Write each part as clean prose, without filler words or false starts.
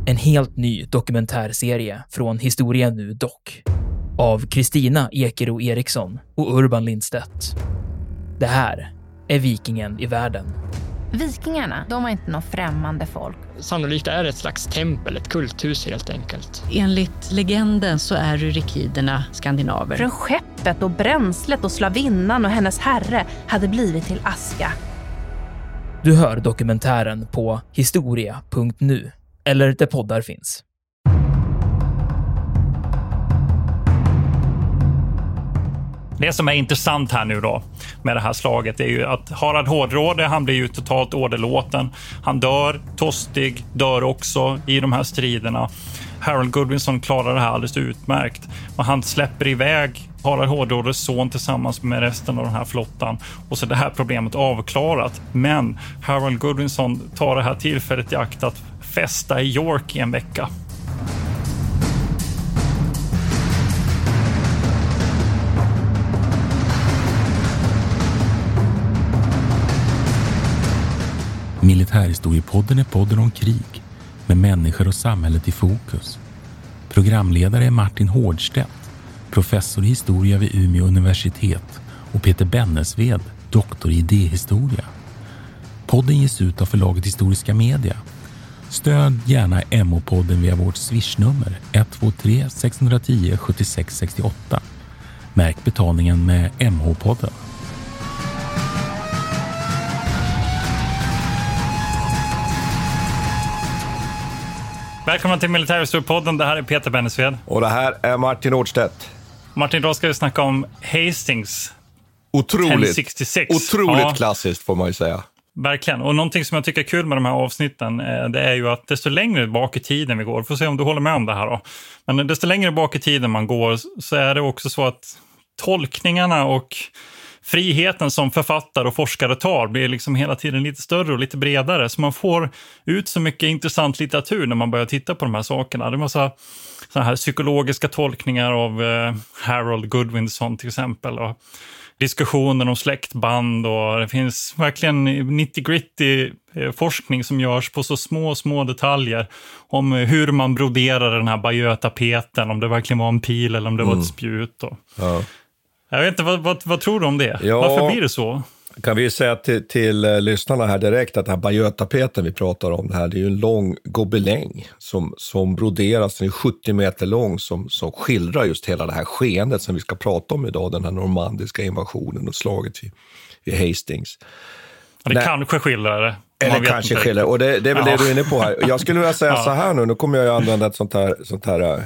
En helt ny dokumentärserie från Historia Nu Dock. Av Kristina Ekero Eriksson och Urban Lindstedt. Det här är Vikingen i världen. Vikingarna, de var inte någon främmande folk. Sannolikt är det ett slags tempel, ett kulthus helt enkelt. Enligt legenden så är rykiderna skandinaver. Från skeppet och bränslet och slavinnan och hennes herre hade blivit till aska. Du hör dokumentären på historia.nu eller där poddar finns. Det som är intressant här nu då med det här slaget är ju att Harald Hårdråde, han blir ju totalt åderlåten. Han dör, Tostig dör också i de här striderna. Harold Godwinson klarar det här alldeles utmärkt. Och han släpper iväg Harald Hårdrådes son tillsammans med resten av den här flottan. Och så är det här problemet avklarat. Men Harold Godwinson tar det här tillfället i akt att festa i York i en vecka. Militärhistoriepodden är podden om krig med människor och samhället i fokus. Programledare är Martin Hårdstedt, professor i historia vid Umeå universitet, och Peter Bennesved, doktor i idéhistoria. Podden ges ut av förlaget Historiska Media. Stöd gärna MH-podden via vårt swishnummer 123 610 76 68. Märk betalningen med MH-podden. Välkomna till Militärhistoriepodden. Det här är Peter Bennesved. Och det här är Martin Hårdstedt. Martin, då ska vi snacka om Hastings. Otroligt 1066. Klassiskt får man ju säga. Verkligen. Och någonting som jag tycker är kul med de här avsnitten, det är ju att desto längre bak i tiden vi går, får se om du håller med om det här då. Men desto längre bak i tiden man går så är det också så att tolkningarna och friheten som författare och forskare tar blir liksom hela tiden lite större och lite bredare. Så man får ut så mycket intressant litteratur när man börjar titta på de här sakerna. Det var så här psykologiska tolkningar av Harold Godwinson till exempel. Och diskussioner om släktband. Och det finns verkligen 90-gritty forskning som görs på så små detaljer. Om hur man broderar den här bajötapeten. Om det verkligen var en pil eller om det var ett spjut. Ja. Jag vet inte, vad tror du om det? Ja, varför blir det så? Kan vi säga till lyssnarna här direkt att den här bajötapeten vi pratar om, det här, det är ju en lång gobeläng som broderas, den är 70 meter lång, som skildrar just hela det här skeendet som vi ska prata om idag, den här normandiska invasionen och slaget vid Hastings. Ja, det kanske skildrar det. Eller kanske skildrar, och det är väl det du är inne på här. Jag skulle vilja säga så här nu kommer jag ju använda ett sånt här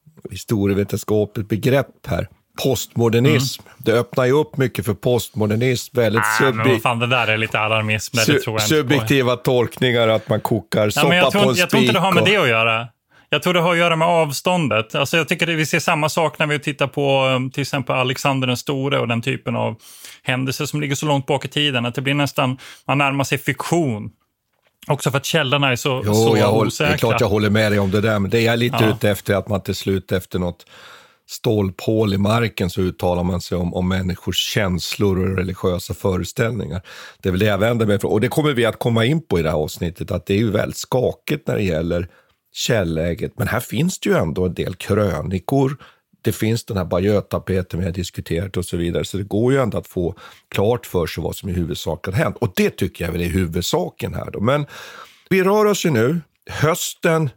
historievetenskapligt begrepp här. Postmodernism. Det öppnar ju upp mycket för postmodernism. Väldigt men fan, det där är lite alarmism. Det tror jag subjektiva inte på. Tolkningar, att man kokar soppa på en spik. Jag tror inte det har med det att göra. Jag tror det har att göra med avståndet. Alltså jag tycker att vi ser samma sak när vi tittar på till exempel Alexander den store och den typen av händelser som ligger så långt bak i tiden. Att det blir nästan, man närmar sig fiktion. Också för att källorna är så osäkra. Det är klart jag håller med dig om det där. Men det är jag lite ute efter, att man till slut efter något stålpål i marken så uttalar man sig om människors känslor och religiösa föreställningar. Det är väl det jag vänder mig för. Och det kommer vi att komma in på i det här avsnittet, att det är ju väldigt skakigt när det gäller källäget. Men här finns det ju ändå en del krönikor. Det finns den här bajötapeten vi har diskuterat och så vidare. Så det går ju ändå att få klart för sig vad som i huvudsak har hänt. Och det tycker jag väl är huvudsaken här då. Men vi rör oss ju nu hösten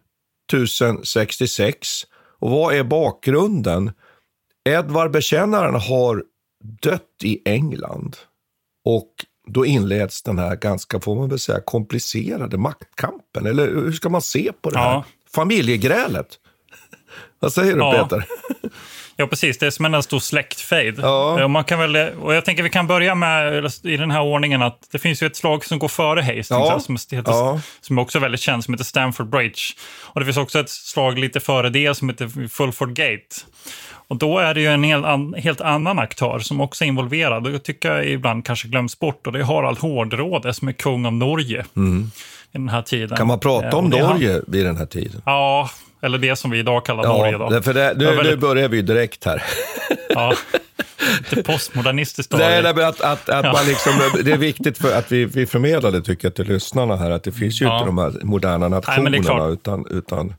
1066. Och vad är bakgrunden? Edvard Bekännaren har dött i England. Och då inleds den här ganska, får man väl säga, komplicerade maktkampen. Eller hur ska man se på det här? Familjegrälet. Vad säger du, Peter? Ja, precis. Det är som en stor släktfejd. Ja. Man kan väl, och jag tänker vi kan börja med i den här ordningen att det finns ju ett slag som går före Hastings som också är väldigt känd, som heter Stamford Bridge. Och det finns också ett slag lite före det som heter Fulford Gate. Och då är det ju en helt annan aktör som också är involverad. Och jag tycker jag ibland kanske glöms bort. Och det är Harald Hårdråde som är kung av Norge i den här tiden. Kan man prata om Norge vid den här tiden? Ja, eller det som vi idag kallar Norge då. För nu börjar vi direkt här. Ja. lite postmodernistiskt. Nej, men att man liksom, det är viktigt för att vi förmedlar det, tycker jag, till lyssnarna här, att det finns ju inte de här moderna nationerna utan...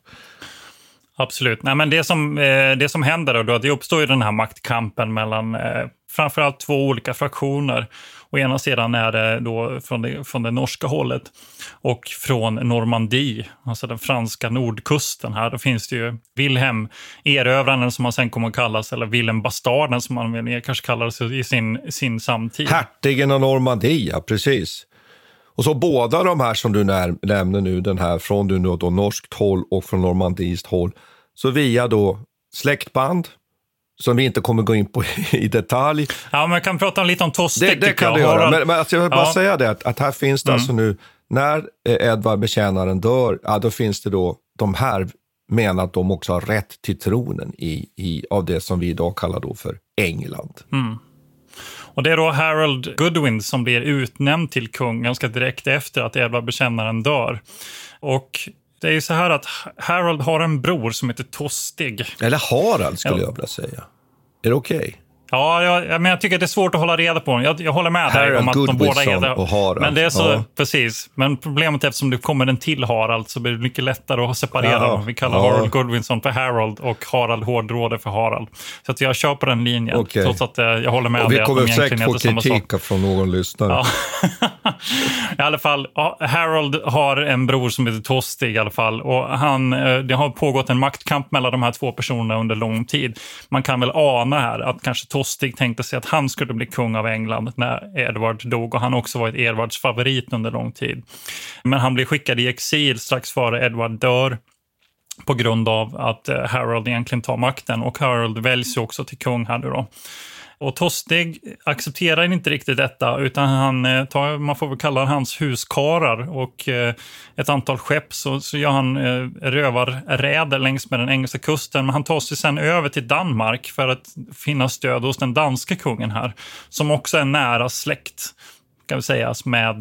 Absolut. Nej, men det som händer då, det uppstår ju den här maktkampen mellan framförallt två olika fraktioner. Å ena sidan är det då från det norska hållet och från Normandie, alltså den franska nordkusten här. Då finns det ju Wilhelm Erövraren, som han sen kommer att kallas, eller Wilhelm Bastarden som man väl kanske kallas i sin samtid. Hertigen av Normandie, ja, precis. Och så båda de här som du nämner nu, den här från då norskt håll och från normandiiskt håll, så via då släktband, som vi inte kommer gå in på i detalj. Ja, men jag kan prata lite om Tostig. Det kan du göra, men alltså, jag vill bara säga det, att här finns det alltså nu, när Edvard Betjänaren dör, ja, då finns det då, de här menar att de också har rätt till tronen av det som vi idag kallar då för England. Mm. Och det är då Harold Godwin som blir utnämnd till kung ganska direkt efter att Edvard Betjänaren dör. Och det är ju så här att Harold har en bror som heter Tostig. Eller Harald skulle jag vilja säga. Är det okej? Ja, men jag tycker att det är svårt att hålla reda på dem. Jag håller med dig om att de båda heter. Och Harald. Men det är så, precis. Men problemet är, eftersom det kommer en till Harald, så blir det mycket lättare att separera dem. Vi kallar Harold Godwinson för Harold och Harald Hårdråde för Harald. Så att jag kör på den linjen, trots att jag håller med dig. Och vi kommer säkert få kritik från någon lyssnare. Ja. I alla fall, Harold har en bror som heter Tostig i alla fall. Och det har pågått en maktkamp mellan de här två personerna under lång tid. Man kan väl ana här att kanske Tostig tänkte sig att han skulle bli kung av England när Edward dog, och han också varit Edwards favorit under lång tid. Men han blir skickad i exil strax före Edward dör på grund av att Harold egentligen tar makten, och Harold väljs ju också till kung här då. Och Tostig accepterar inte riktigt detta, utan man får väl kalla hans huskarar och ett antal skepp, så gör han rövarräder längs med den engelska kusten. Men han tar sig sen över till Danmark för att finna stöd hos den danska kungen här, som också är nära släkt, kan vi säga,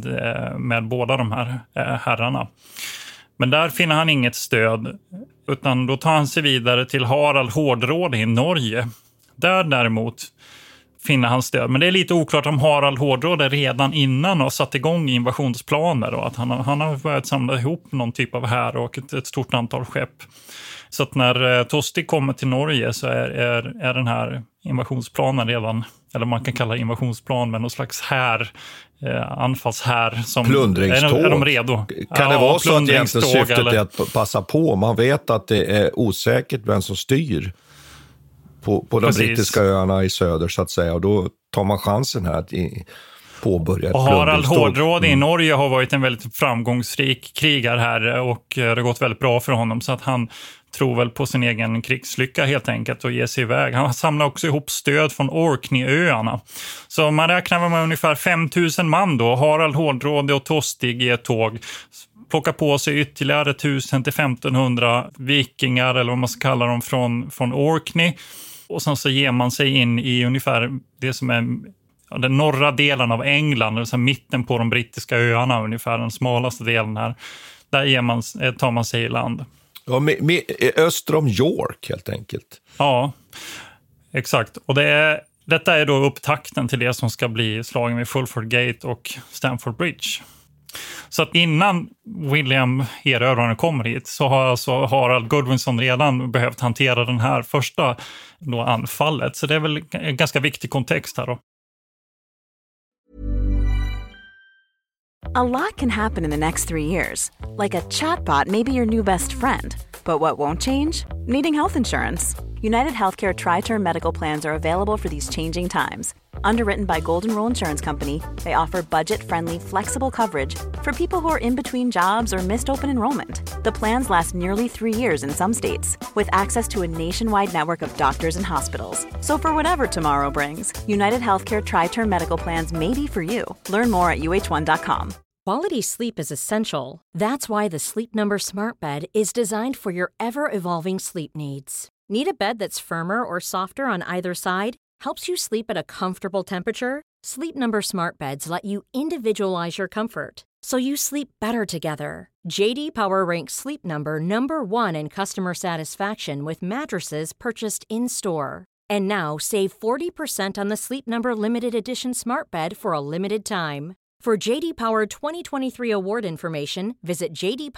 med båda de här herrarna. Men där finner han inget stöd, utan då tar han sig vidare till Harald Hårdråde i Norge. Där däremot finner han stöd. Men det är lite oklart om Harald Hårdråde redan innan har satt igång invasionsplaner, och att han har börjat samla ihop någon typ av här och ett stort antal skepp. Så att när Tostig kommer till Norge så är den här invasionsplanen redan, eller man kan kalla invasionsplan, men någon slags anfallshär som plundringståg. Är de redo? Kan det vara så att egentligen syftet är att passa på? Man vet att det är osäkert vem som styr på de brittiska öarna i söder, så att säga, och då tar man chansen här att påbörja ett plundringståg. Harald Hårdråde i Norge har varit en väldigt framgångsrik krigare här, och det har gått väldigt bra för honom, så att han tror väl på sin egen krigslycka helt enkelt och ger sig iväg. Han samlar också ihop stöd från Orkneyöarna. Så man räknar med ungefär 5000 man då. Harald Hårdråde och Tostig i ett tåg plockar på sig ytterligare 1000 till 1500 vikingar, eller vad man ska kalla dem, från Orkney. Och sen så ger man sig in i ungefär det som är den norra delen av England, alltså mitten på de brittiska öarna, ungefär den smalaste delen här. Där tar man sig i land. Ja, öster om York helt enkelt. Ja, exakt. Och detta är då upptakten till det som ska bli slagen vid Fulford Gate och Stamford Bridge. Så att innan William Erövraren kommer hit så har alltså Harald Godwinson redan behövt hantera den här första då anfallet. Så det är väl en ganska viktig kontext här då. A lot can happen in the next 3 years. Like a chatbot may be your new best friend. But what won't change? Needing health insurance. United Healthcare Tri-Term Medical Plans are available for these changing times. Underwritten by Golden Rule Insurance Company, they offer budget-friendly, flexible coverage for people who are in between jobs or missed open enrollment. The plans last nearly 3 years in some states, with access to a nationwide network of doctors and hospitals. So for whatever tomorrow brings, United Healthcare Tri-Term Medical Plans may be for you. Learn more at uh1.com. Quality sleep is essential. That's why the Sleep Number Smart Bed is designed for your ever-evolving sleep needs. Need a bed that's firmer or softer on either side? Helps you sleep at a comfortable temperature? Sleep Number Smart Beds let you individualize your comfort, so you sleep better together. JD Power ranks Sleep Number #1 in customer satisfaction with mattresses purchased in-store. And now save 40% on the Sleep Number limited edition smart bed for a limited time. For JD Power 2023 award information, visit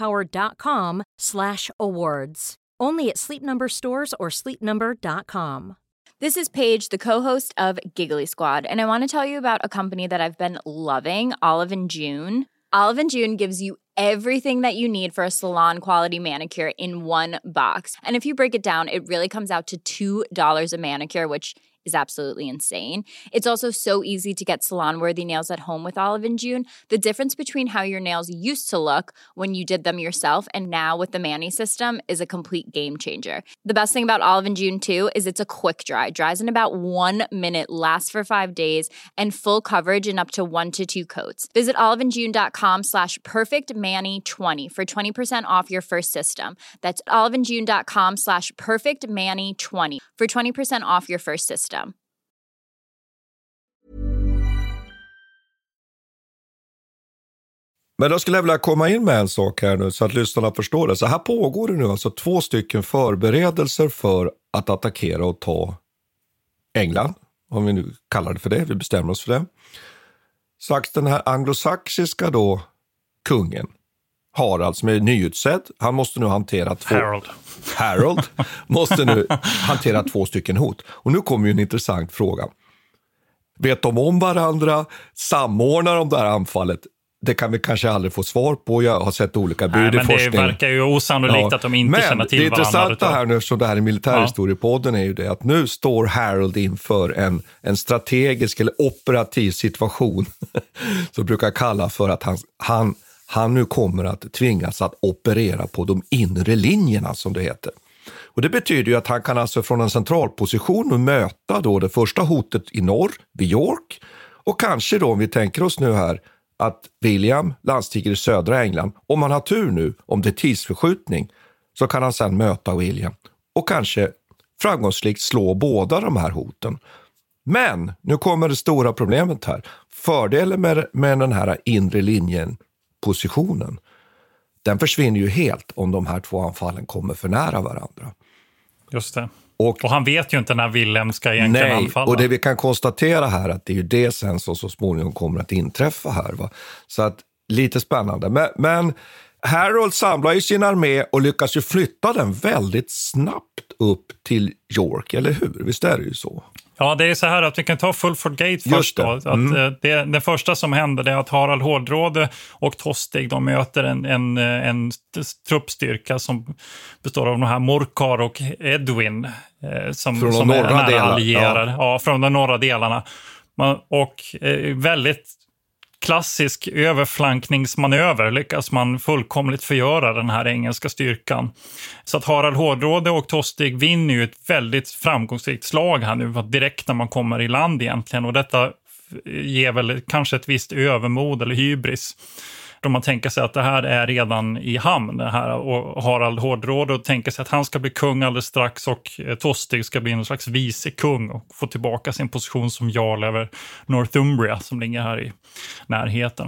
jdpower.com/awards. Only at Sleep Number stores or sleepnumber.com. This is Paige, the co-host of Giggly Squad, and I want to tell you about a company that I've been loving, Olive & June. Olive & June gives you everything that you need for a salon-quality manicure in one box. And if you break it down, it really comes out to $2 a manicure, which is absolutely insane. It's also so easy to get salon-worthy nails at home with Olive & June. The difference between how your nails used to look when you did them yourself and now with the Mani system is a complete game changer. The best thing about Olive & June, too, is it's a quick dry. Dries in about 1 minute, lasts for 5 days, and full coverage in up to 1 to 2 coats. Visit oliveandjune.com/perfectmani20 for 20% off your first system. That's oliveandjune.com/perfectmani20 for 20% off your first system. Men då skulle jag vilja komma in med en sak här nu så att lyssnarna förstår det. Så här pågår det nu alltså 2 stycken förberedelser för att attackera och ta England. Om vi nu kallar det för det, vi bestämmer oss för det. Sagt den här anglosaxiska då kungen Harald som är nyutsedd, han måste nu hantera Harold måste nu hantera 2 stycken hot. Och nu kommer ju en intressant fråga. Vet de om varandra? Samordnar de det här anfallet? Det kan vi kanske aldrig få svar på. Jag har sett olika bud i forskning. Det verkar ju osannolikt att de inte känner till varandra. Men det intressanta här nu, som det här i militärhistoriepodden, är ju det att nu står Harold inför en strategisk eller operativ situation som brukar kalla för att han nu kommer att tvingas att operera på de inre linjerna, som det heter. Och det betyder ju att han kan alltså från en centralposition nu möta då det första hotet i norr, vid York. Och kanske då, om vi tänker oss nu här, att William landstiger i södra England, om han har tur nu, om det är tidsförskjutning, så kan han sedan möta William. Och kanske framgångsrikt slå båda de här hoten. Men nu kommer det stora problemet här. Fördelen med den här inre linjen, positionen, den försvinner ju helt om de här 2 anfallen kommer för nära varandra. Just det. Och han vet ju inte när Wilhelm ska egentligen anfalla. Och det vi kan konstatera här att det är ju det sen som så småningom kommer att inträffa här. Va? Så att lite spännande. Men Harold samlar ju sin armé och lyckas ju flytta den väldigt snabbt upp till York, eller hur? Visst är det ju så? Ja, det är så här att vi kan ta Fulford Gate först då. Det första som händer är att Harald Hårdråde och Tostig, de möter en truppstyrka som består av de här Morcar och Edwin som är nära allierade. Ja, från de norra delarna. Och väldigt klassisk överflankningsmanöver lyckas man fullkomligt förgöra den här engelska styrkan. Så att Harald Hårdråde och Tostig vinner ju ett väldigt framgångsrikt slag här nu direkt när man kommer i land egentligen. Och detta ger väl kanske ett visst övermod eller hybris. Om man tänker sig att det här är redan i hamn det här, och Harald Hårdråde och tänker sig att han ska bli kung alldeles strax och Tostig ska bli en slags vice kung och få tillbaka sin position som jarl över Northumbria som ligger här i närheten.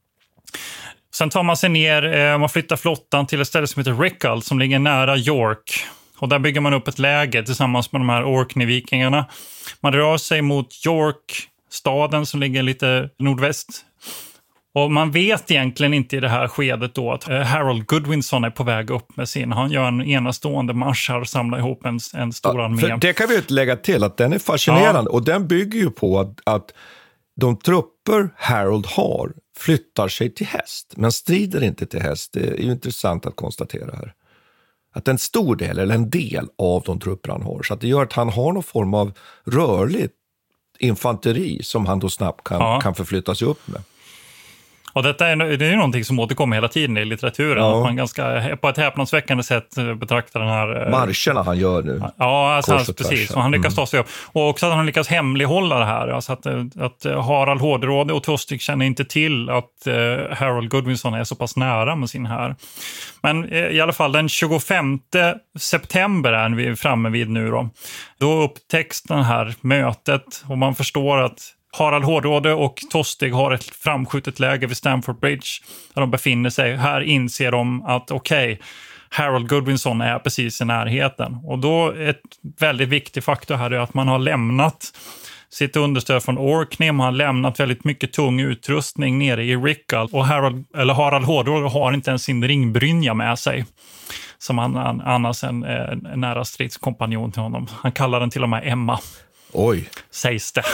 Sen tar man sig ner, man flyttar flottan till ett ställe som heter Rickall som ligger nära York. Och där bygger man upp ett läger tillsammans med de här Orkney-vikingarna. Man rör sig mot York, staden som ligger lite nordväst. Och man vet egentligen inte i det här skedet då att Harold Godwinson är på väg upp med sin. Han gör en enastående marsch här och samlar ihop en stor armé. För det kan vi lägga till att den är fascinerande. Och den bygger ju på att de trupper Harold har flyttar sig till häst. Men strider inte till häst. Det är ju intressant att konstatera här. Att en stor del eller en del av de trupper han har. Så att det gör att han har någon form av rörligt infanteri som han då snabbt kan förflytta sig upp med. Och det är ju någonting som återkommer hela tiden i litteraturen. Ja. Att man ganska på ett häpnadsväckande sätt betraktar den här... marscherna han gör nu. Ja, alltså, precis. Och han lyckas ta sig upp. Och också att han lyckas hemlighålla det här. Alltså att Harald Hårdråde och Tostig känner inte till att Harold Godwinson är så pass nära med sin här. Men i alla fall den 25 september är vi framme vid nu då. Då upptäcks det här mötet och man förstår att Harald Hårdråde och Tostig har ett framskjutet läge vid Stamford Bridge där de befinner sig. Här inser de att Harold Godwinson är precis i närheten. Och då ett väldigt viktig faktor här är att man har lämnat sitt understöd från Orkney, man har lämnat väldigt mycket tung utrustning nere i Rickhall, och Harald Hårdråde har inte ens sin ringbrynja med sig, som han annars en nära stridskompanjon till honom. Han kallar den till och med Emma. Oj. Sägs det.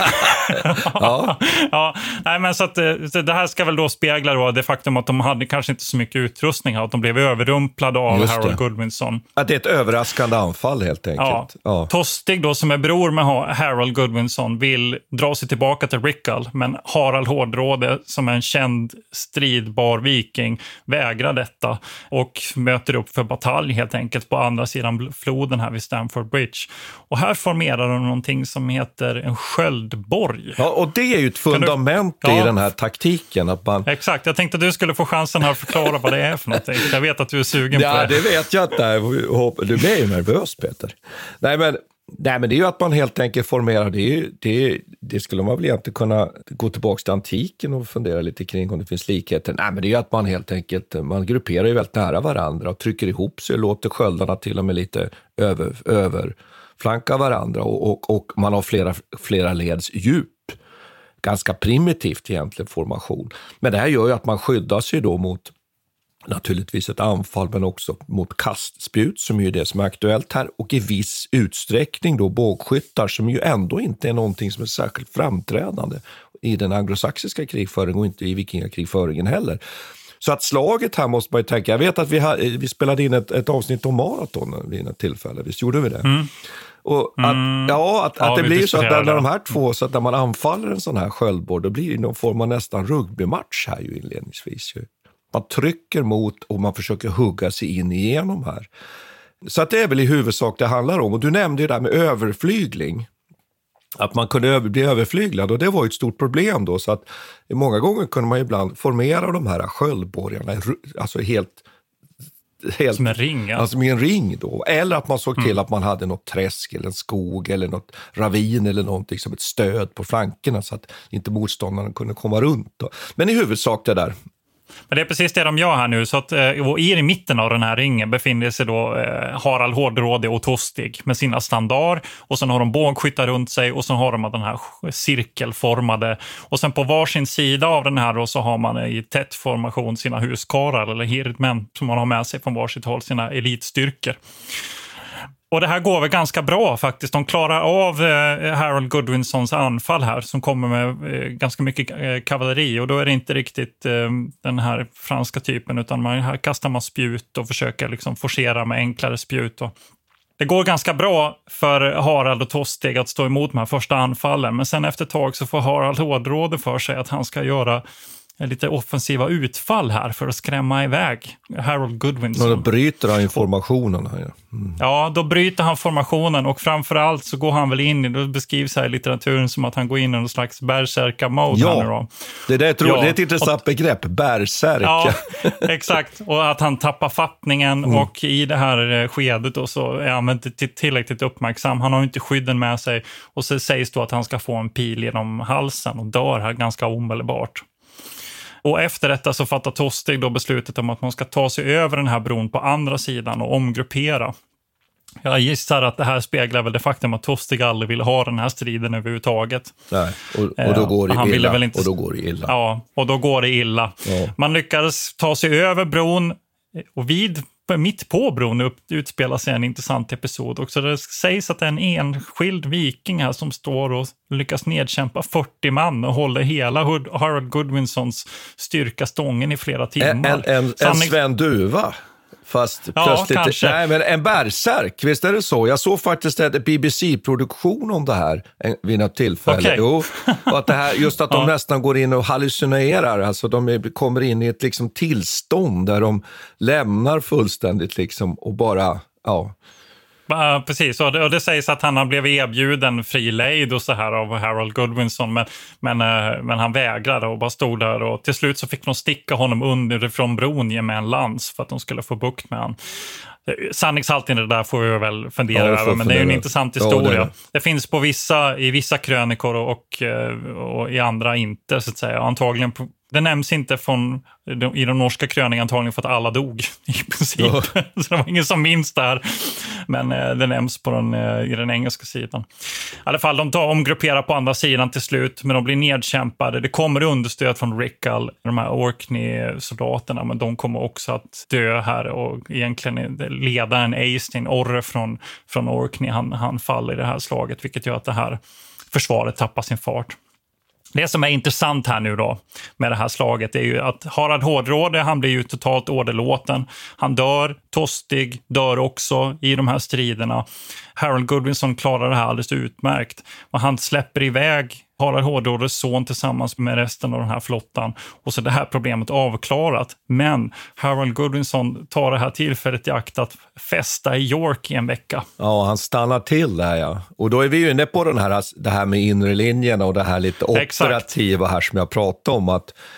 Ja. Ja, nej, men så att det här ska väl då spegla då det faktum att de hade kanske inte så mycket utrustning här, att de blev överrumplade av Harold Godwinson. Att det är ett överraskande anfall helt enkelt. Ja. Tostig då, som är bror med Harold Godwinson, vill dra sig tillbaka till Rickhall, men Harald Hårdråde, som är en känd stridbar viking, vägrar detta och möter upp för batalj helt enkelt på andra sidan floden här vid Stamford Bridge. Och här formerar de någonting som heter en sköldborg. Ja, och det är ju ett fundament i den här taktiken. Att man... Exakt, jag tänkte att du skulle få chansen här att förklara vad det är för någonting. Jag vet att du är sugen på det. Ja, det vet jag inte. Du blir ju nervös, Peter. Nej, men det är ju att man helt enkelt formerar. Det skulle man väl egentligen kunna gå tillbaka till antiken och fundera lite kring om det finns likheter. Nej, men det är ju att man helt enkelt, man grupperar ju väldigt nära varandra och trycker ihop sig och låter sköldarna till och med lite överflanka varandra, och man har flera leds djup. Ganska primitivt egentligen formation. Men det här gör ju att man skyddar sig då mot naturligtvis ett anfall, men också mot kastspjut, som är ju det som är aktuellt här, och i viss utsträckning då bågskyttar, som ju ändå inte är någonting som är särskilt framträdande i den anglosaxiska krigföringen och inte i vikingakrigföringen heller. Så att slaget här måste man ju tänka, jag vet att vi spelade in ett avsnitt om maraton vid ett tillfälle, visst gjorde vi det? Mm. Och att det blir så att när de här två, så att när man anfaller en sån här sköldborg, då blir det någon form av nästan rugbymatch här ju inledningsvis ju. Man trycker mot och man försöker hugga sig in igenom här. Så att det är väl i huvudsak det handlar om. Och du nämnde ju det där med överflygling. Att man kunde bli överflyglad, och det var ju ett stort problem då. Så att många gånger kunde man ibland formera de här sköldborgarna, alltså helt som en ring, ja. Alltså med en ring då. Eller att man såg till att man hade något träsk eller en skog eller något ravin eller någonting som ett stöd på flankerna, så att inte motståndaren kunde komma runt då. Men i huvudsak det där. Men det är precis det de gör här nu. Så att, i mitten av den här ringen befinner sig då Harald Hårdråde och Tostig med sina standard. Och sen har de bågskyttar runt sig, och sen har de den här cirkelformade. Och sen på varsin sida av den här då, så har man i tätt formation sina huskarlar eller hirdmän som man har med sig från varsitt håll, sina elitstyrkor. Och det här går väl ganska bra faktiskt. De klarar av Harold Godwinsons anfall här, som kommer med ganska mycket kavalleri. Och då är det inte riktigt den här franska typen, utan här kastar man spjut och försöker liksom forcera med enklare spjut. Och det går ganska bra för Harald och Tostig att stå emot de här första anfallen. Men sen efter ett tag så får Harald Hårdråde för sig att han ska göra lite offensiva utfall här för att skrämma iväg Harold Godwinson. Då bryter han informationen här. Ja, då bryter han formationen, och framförallt så går han väl in i, det beskrivs här i litteraturen som att han går in i någon slags bärsärka-mode. Ja, det är ett intressant begrepp, bärsärka. Ja, exakt. Och att han tappar fattningen och i det här skedet då, så är han inte tillräckligt uppmärksam. Han har ju inte skydden med sig, och så sägs då att han ska få en pil genom halsen och dör här ganska omedelbart. Och efter detta så fattar Tostig då beslutet om att man ska ta sig över den här bron på andra sidan och omgruppera. Jag gissar att det här speglar väl det faktum att Tostig aldrig ville ha den här striden överhuvudtaget. Nej, och då går det han illa. Väl inte... Och då går det illa. Ja, och då går det illa. Ja. Man lyckades ta sig över bron, och mitt på bron utspelar sig en intressant episod. Och så det sägs att det är en enskild viking här som står och lyckas nedkämpa 40 man och håller hela Harold Godwinsons styrka stången i flera timmar. En Sven Duva. Fast plötsligt, kanske. Nej, men en bärsärk, visst är det så? Jag såg faktiskt en BBC-produktion om det här vid något tillfälle. Okay. Jo, och att det här, just att de nästan går in och hallucinerar, alltså de kommer in i ett liksom tillstånd där de lämnar fullständigt liksom och bara, Precis, och det sägs att han har blivit erbjuden fri lejd och så här av Harold Goodwinson, men han vägrade och bara stod där, och till slut så fick de sticka honom underifrån bron med en lans för att de skulle få bukt med han. Sanningshalten i det där får vi väl fundera över, men det är ju en intressant historia. Det finns i vissa krönikor och i andra inte, så att säga. Antagligen det nämns inte i de norska kröningarna, antagligen för att alla dog i princip. Ja. Så det var ingen som minns där. Men det nämns i den engelska sidan. I alla fall, de omgrupperar på andra sidan till slut, men de blir nedkämpade. Det kommer understöd från Rickall, de här Orkney-soldaterna, men de kommer också att dö här. Och egentligen ledaren Eystein, Orre från Orkney, han faller i det här slaget, vilket gör att det här försvaret tappar sin fart. Det som är intressant här nu då med det här slaget är ju att Harald Hårdråde, han blir ju totalt åderlåten. Han dör, Tostig dör också i de här striderna. Harold Goodwinson klarar det här alldeles utmärkt. Och han släpper iväg Harald Hårdrådes son tillsammans med resten av den här flottan. Och så det här problemet avklarat. Men Harold Goodwinson tar det här tillfället i akt att festa i York i en vecka. Ja, han stannar till där, ja. Och då är vi ju inne på det här med inre linjen och det här lite operativa här som jag pratade om.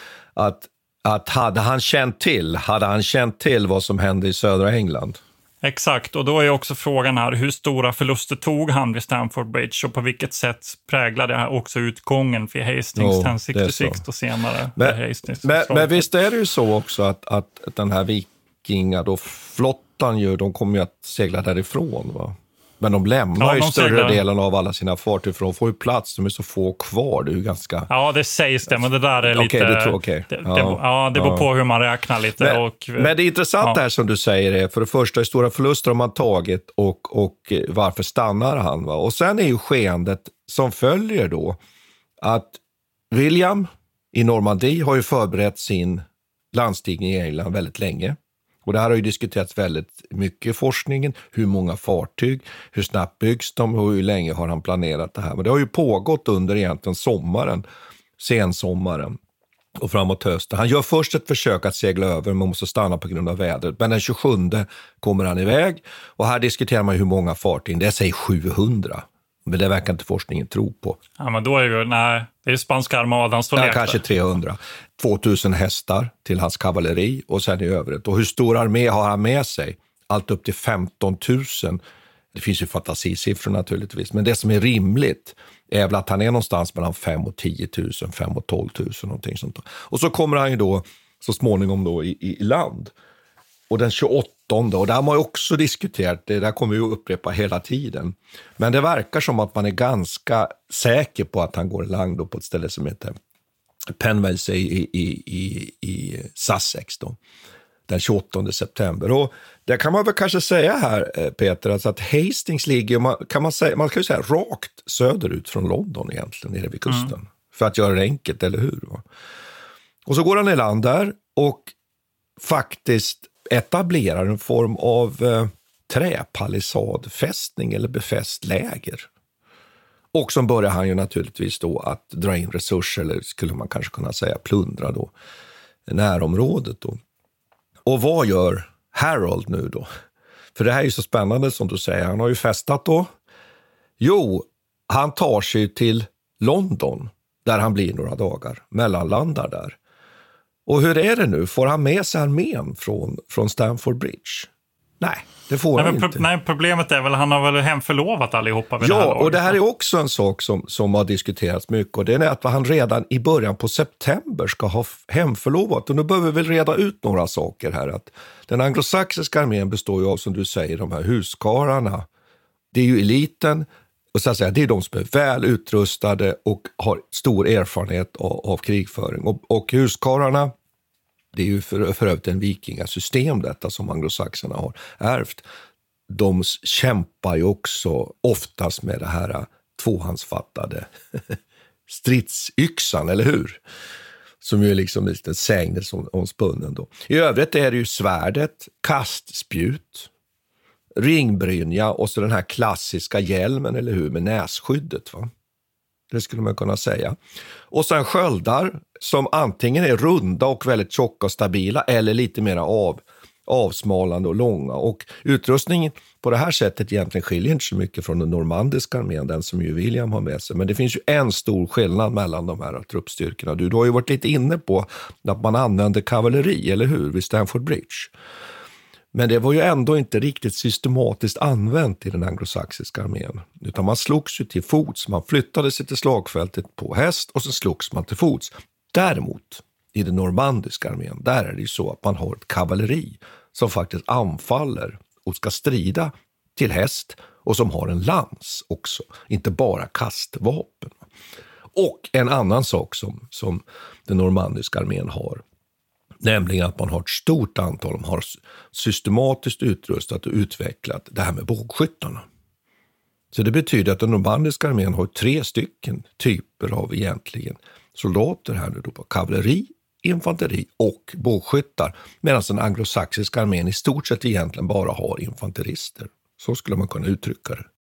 Att hade han känt till vad som hände i södra England? Exakt, och då är också frågan här, hur stora förluster tog han vid Stamford Bridge och på vilket sätt präglade det här också utgången för Hastings 1066 och senare. Men visst är det ju så också att den här vikingar då, flottan ju, de kommer ju att segla därifrån, va? Men de lämnar ju större delen av alla sina fartyg, för de får ju plats, de är så få kvar, det är ju ganska... Ja, det sägs det, men det där är lite... Det beror på hur man räknar lite. Men det intressanta här som du säger är, för det första, hur stora förluster har man tagit och varför stannar han, va? Och sen är ju skeendet som följer då att William i Normandie har ju förberett sin landstigning i England väldigt länge. Och det här har ju diskuterats väldigt mycket i forskningen. Hur många fartyg, hur snabbt byggs de och hur länge har han planerat det här. Men det har ju pågått under egentligen sensommaren och framåt hösten. Han gör först ett försök att segla över, men måste stanna på grund av vädret. Men den 27 kommer han iväg och här diskuterar man hur många fartyg. Det säger 700. Men det verkar inte forskningen tro på. Ja, men då är det är spanska armadan storlek. Ja, kanske 300. 2000 hästar till hans kavalleri och sen i övrigt. Och hur stor armé har han med sig? Allt upp till 15 000. Det finns ju fantasisiffror naturligtvis. Men det som är rimligt är väl att han är någonstans mellan 5 och 10 000, 5 och 12 000, någonting sånt. Och så kommer han ju då så småningom då i land. Och den 28, och där har man ju också diskuterat, det där kommer vi att upprepa hela tiden. Men det verkar som att man är ganska säker på att han går i land då på ett ställe som heter Penvelse i Sussex då, den 28 september. Och det kan man väl kanske säga här, Peter, alltså att Hastings ligger, man kan ju säga rakt söderut från London egentligen, nere vid kusten. För att göra det enkelt, eller hur? Va? Och så går han i land där och faktiskt etablerar en form av träpalissadfästning eller befäst läger. Och så börjar han ju naturligtvis då att dra in resurser, eller skulle man kanske kunna säga plundra då närområdet då. Och vad gör Harold nu då? För det här är ju så spännande som du säger, han har ju festat då. Jo, han tar sig till London där han blir några dagar, mellanlandar där. Och hur är det nu? Får han med sig armén från Stamford Bridge? Nej, det får han inte. Nej, problemet är väl, han har väl hemförlovat allihopa vid det här laget. Ja, och det här är också en sak som har diskuterats mycket. Och det är att han redan i början på september ska ha hemförlovat. Och nu behöver vi väl reda ut några saker här. Att den anglosaxiska armén består ju av, som du säger, de här huskarlarna. Det är ju eliten. Och så att säga, det är de som är väl utrustade och har stor erfarenhet av krigföring. Och huskarlarna, det är ju för övrigt en vikingasystem detta som anglosaxerna har ärvt. De kämpar ju också oftast med det här tvåhandsfattade stridsyxan, eller hur? Som ju är liksom lite sägner som omspunnen då. I övrigt är det ju svärdet, kastspjut, ringbrynja och så den här klassiska hjälmen, eller hur, med nässkyddet, va? Det skulle man kunna säga. Och sen sköldar som antingen är runda och väldigt tjocka och stabila eller lite mer avsmalande och långa. Och utrustningen på det här sättet egentligen skiljer inte så mycket från den normandiska armén, den som ju William har med sig. Men det finns ju en stor skillnad mellan de här truppstyrkorna. Du har ju varit lite inne på att man använde kavalleri, eller hur, vid Stamford Bridge. Men det var ju ändå inte riktigt systematiskt använt i den anglosaxiska armén. Utan man slogs ju till fots, man flyttade sig till slagfältet på häst och så slogs man till fots. Däremot i den normandiska armén, där är det ju så att man har ett kavalleri som faktiskt anfaller och ska strida till häst och som har en lans också, inte bara kastvapen. Och en annan sak som den normandiska armén har, nämligen att man har ett stort antal, de har systematiskt utrustat och utvecklat det här med bågskyttarna. Så det betyder att den normandiska armén har 3 stycken typer av egentligen soldater här nu då, på kavalleri, infanteri och bågskyttar, medan den anglosaxiska armén i stort sett egentligen bara har infanterister. Så skulle man kunna uttrycka det.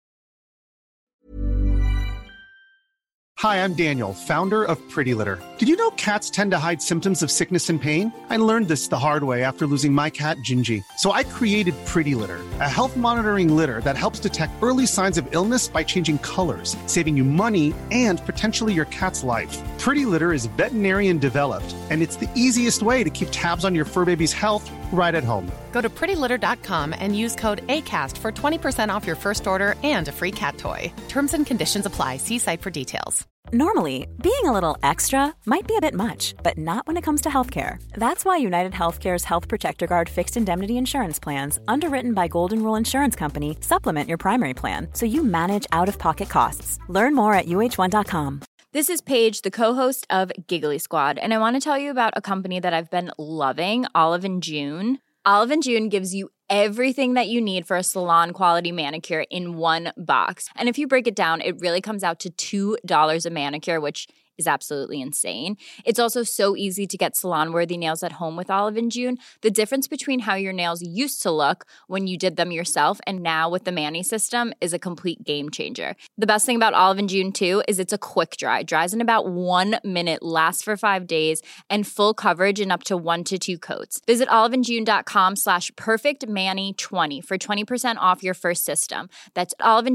Hi, I'm Daniel, founder of Pretty Litter. Did you know cats tend to hide symptoms of sickness and pain? I learned this the hard way after losing my cat, Gingy. So I created Pretty Litter, a health monitoring litter that helps detect early signs of illness by changing colors, saving you money and potentially your cat's life. Pretty Litter is veterinarian developed, and it's the easiest way to keep tabs on your fur baby's health right at home. Go to prettylitter.com and use code ACAST for 20% off your first order and a free cat toy. Terms and conditions apply. See site for details. Normally, being a little extra might be a bit much, but not when it comes to healthcare. That's why United Healthcare's Health Protector Guard fixed indemnity insurance plans, underwritten by Golden Rule Insurance Company, supplement your primary plan so you manage out-of-pocket costs. Learn more at uh1.com. This is Paige, the co-host of Giggly Squad, and I want to tell you about a company that I've been loving, Olive & June. Olive & June gives you everything that you need for a salon-quality manicure in one box. And if you break it down, it really comes out to $2 a manicure, which is absolutely insane. It's also so easy to get salon-worthy nails at home with Olive & June. The difference between how your nails used to look when you did them yourself and now with the Mani system is a complete game changer. The best thing about Olive & June, too, is it's a quick dry. Dries in about 1 minute, lasts for 5 days, and full coverage in up to 1 to 2 coats. Visit oliveandjune.com/perfectmani20 for 20% off your first system. That's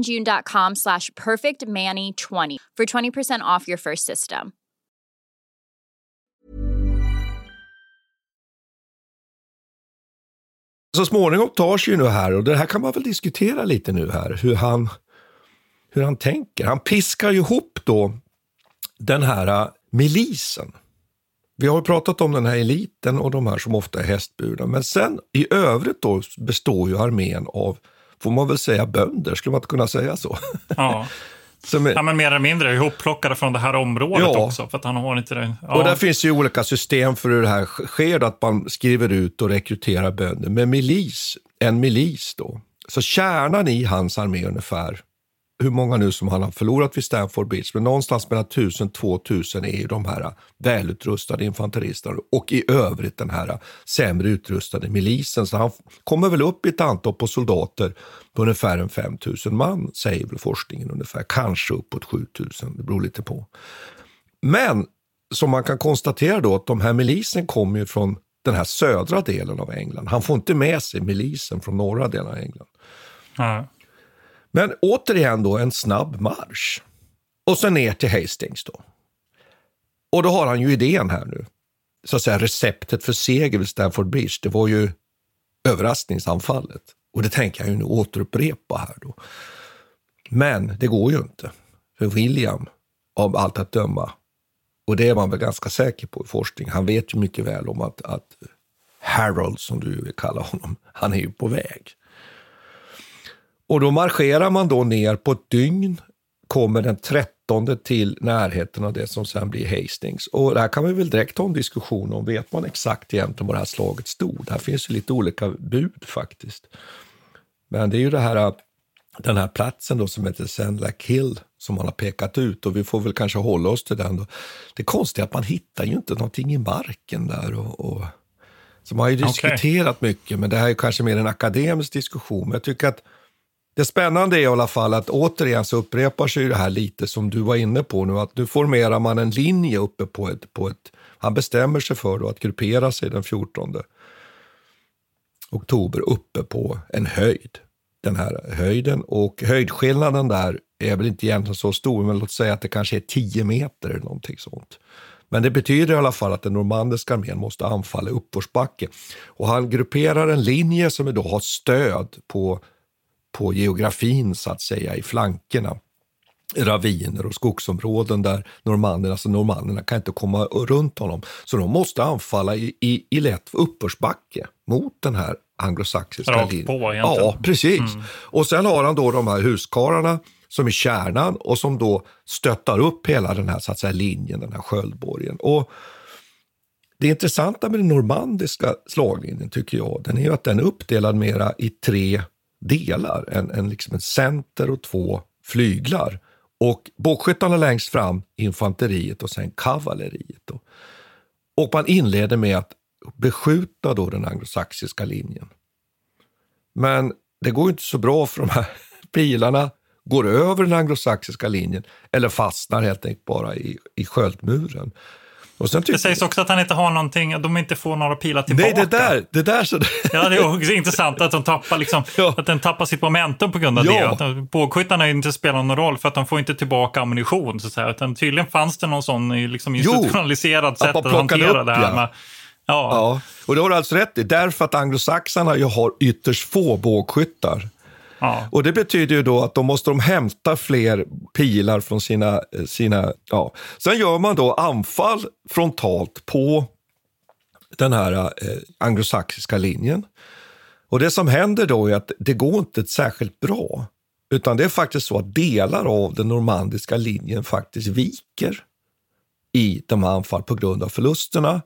oliveandjune.com/perfectmani20 for 20% off your first system. Så småningom tar sig ju nu här, och det här kan man väl diskutera lite nu här, hur han tänker. Han piskar ju ihop då den här milisen. Vi har ju pratat om den här eliten och de här som ofta är hästburna, men sen i övrigt då består ju armén av, får man väl säga, bönder, skulle man inte kunna säga så? Ja. Ja, men mer eller mindre ihopplockade från det här området också, för att han har inte det. Ja. Och där finns ju olika system för hur det här sker, att man skriver ut och rekryterar bönder. Men en milis då, så kärnan i hans armé ungefär, hur många nu som han har förlorat vid Stamford Bridge, men någonstans mellan 1000-2000 är ju de här välutrustade infanteristerna och i övrigt den här sämre utrustade milisen. Så han kommer väl upp i ett antal på soldater på ungefär 5000 man, säger väl forskningen ungefär, kanske uppåt 7000, det beror lite på. Men som man kan konstatera då, att de här milisen kommer ju från den här södra delen av England. Han får inte med sig milisen från norra delen av England. Ja. Men återigen då en snabb marsch. Och sen ner till Hastings då. Och då har han ju idén här nu. Så att säga receptet för seger vid Stamford Bridge, det var ju överraskningsanfallet. Och det tänker jag ju nu återupprepa här då. Men det går ju inte. För William, av allt att döma, och det är man väl ganska säker på i forskning, han vet ju mycket väl om att Harold, som du vill kalla honom, han är ju på väg. Och då marscherar man då ner på ett dygn, kommer den 13 till närheten av det som sen blir Hastings. Och där kan vi väl direkt ha en diskussion om, vet man exakt egentligen vad det här slaget stod? Här finns ju lite olika bud faktiskt. Men det är ju den här platsen då som heter Senlac Hill som man har pekat ut, och vi får väl kanske hålla oss till den då. Det är konstigt att man hittar ju inte någonting i marken där och så man har ju diskuterat mycket, men det här är kanske mer en akademisk diskussion. Men jag tycker att det spännande är i alla fall att återigen så upprepar sig det här lite som du var inne på nu, att nu formerar man en linje uppe på ett han bestämmer sig för då att gruppera sig den 14. oktober uppe på en höjd. Den här höjden, och höjdskillnaden där är väl inte egentligen så stor, men låt säga att det kanske är 10 meter eller någonting sånt. Men det betyder i alla fall att den normandiska armén måste anfalla uppförsbacke. Och han grupperar en linje som då har stöd på geografin så att säga i flankerna. Raviner och skogsområden där normanderna kan inte komma runt honom. Så de måste anfalla i lätt uppförsbacke mot den här anglosaxiska linjen. På, egentligen. Ja, precis. Och sen har han då de här huskarlarna som är kärnan och som då stöttar upp hela den här så att säga linjen, den här sköldborgen. Och det intressanta med den normandiska slaglinjen tycker jag, den är ju att den är uppdelad mera i 3 delar. Liksom en center och 2 flyglar. Och bågskyttarna längst fram, infanteriet och sen kavalleriet. Och man inleder med att beskjuta då den anglosaxiska linjen. Men det går inte så bra för de här pilarna går över den anglosaxiska linjen eller fastnar helt enkelt bara i sköldmuren. Och sen det sägs också att han inte har någonting, de inte får några pilar tillbaka. Nej, det där så. Ja, det är också intressant att de tappar liksom, att den tappar sitt momentum på grund av det. Att bågskyttarna inte spelar någon roll för att de får inte tillbaka ammunition så att säga. Utan tydligen fanns det någon sån liksom institutionaliserad sätt att hantera det här med. Ja, och det har du alltså rätt i. Därför att anglosaxarna ju har ytterst få bågskyttar. Ja. Och det betyder ju då att då måste de hämta fler pilar från sina. Sen gör man då anfall frontalt på den här anglosaxiska linjen. Och det som händer då är att det går inte särskilt bra. Utan det är faktiskt så att delar av den normandiska linjen faktiskt viker i de här anfall på grund av förlusterna.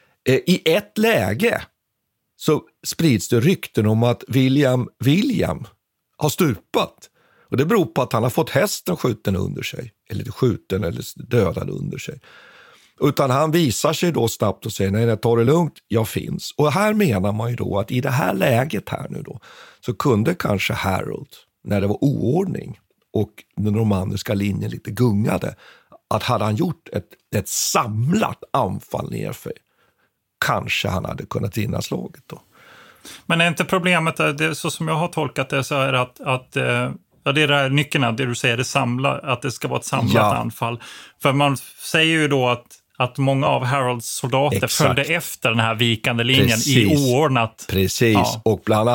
I ett läge så sprids det rykten om att William har stupat. Och det beror på att han har fått hästen skjuten under sig. Eller dödad under sig. Utan han visar sig då snabbt och säger nej, ta det lugnt, jag finns. Och här menar man ju då att i det här läget här nu då så kunde kanske Harold, när det var oordning och den normandiska linjen lite gungade, att hade han gjort ett samlat anfall nerför, kanske han hade kunnat vinna slaget då. Men är inte problemet, det, så som jag har tolkat det, så är det att det är där nyckeln, det du säger, att det ska vara ett samlat anfall. För man säger ju då att många av Harolds soldater följde efter den här vikande linjen i oordnat. Precis, och bland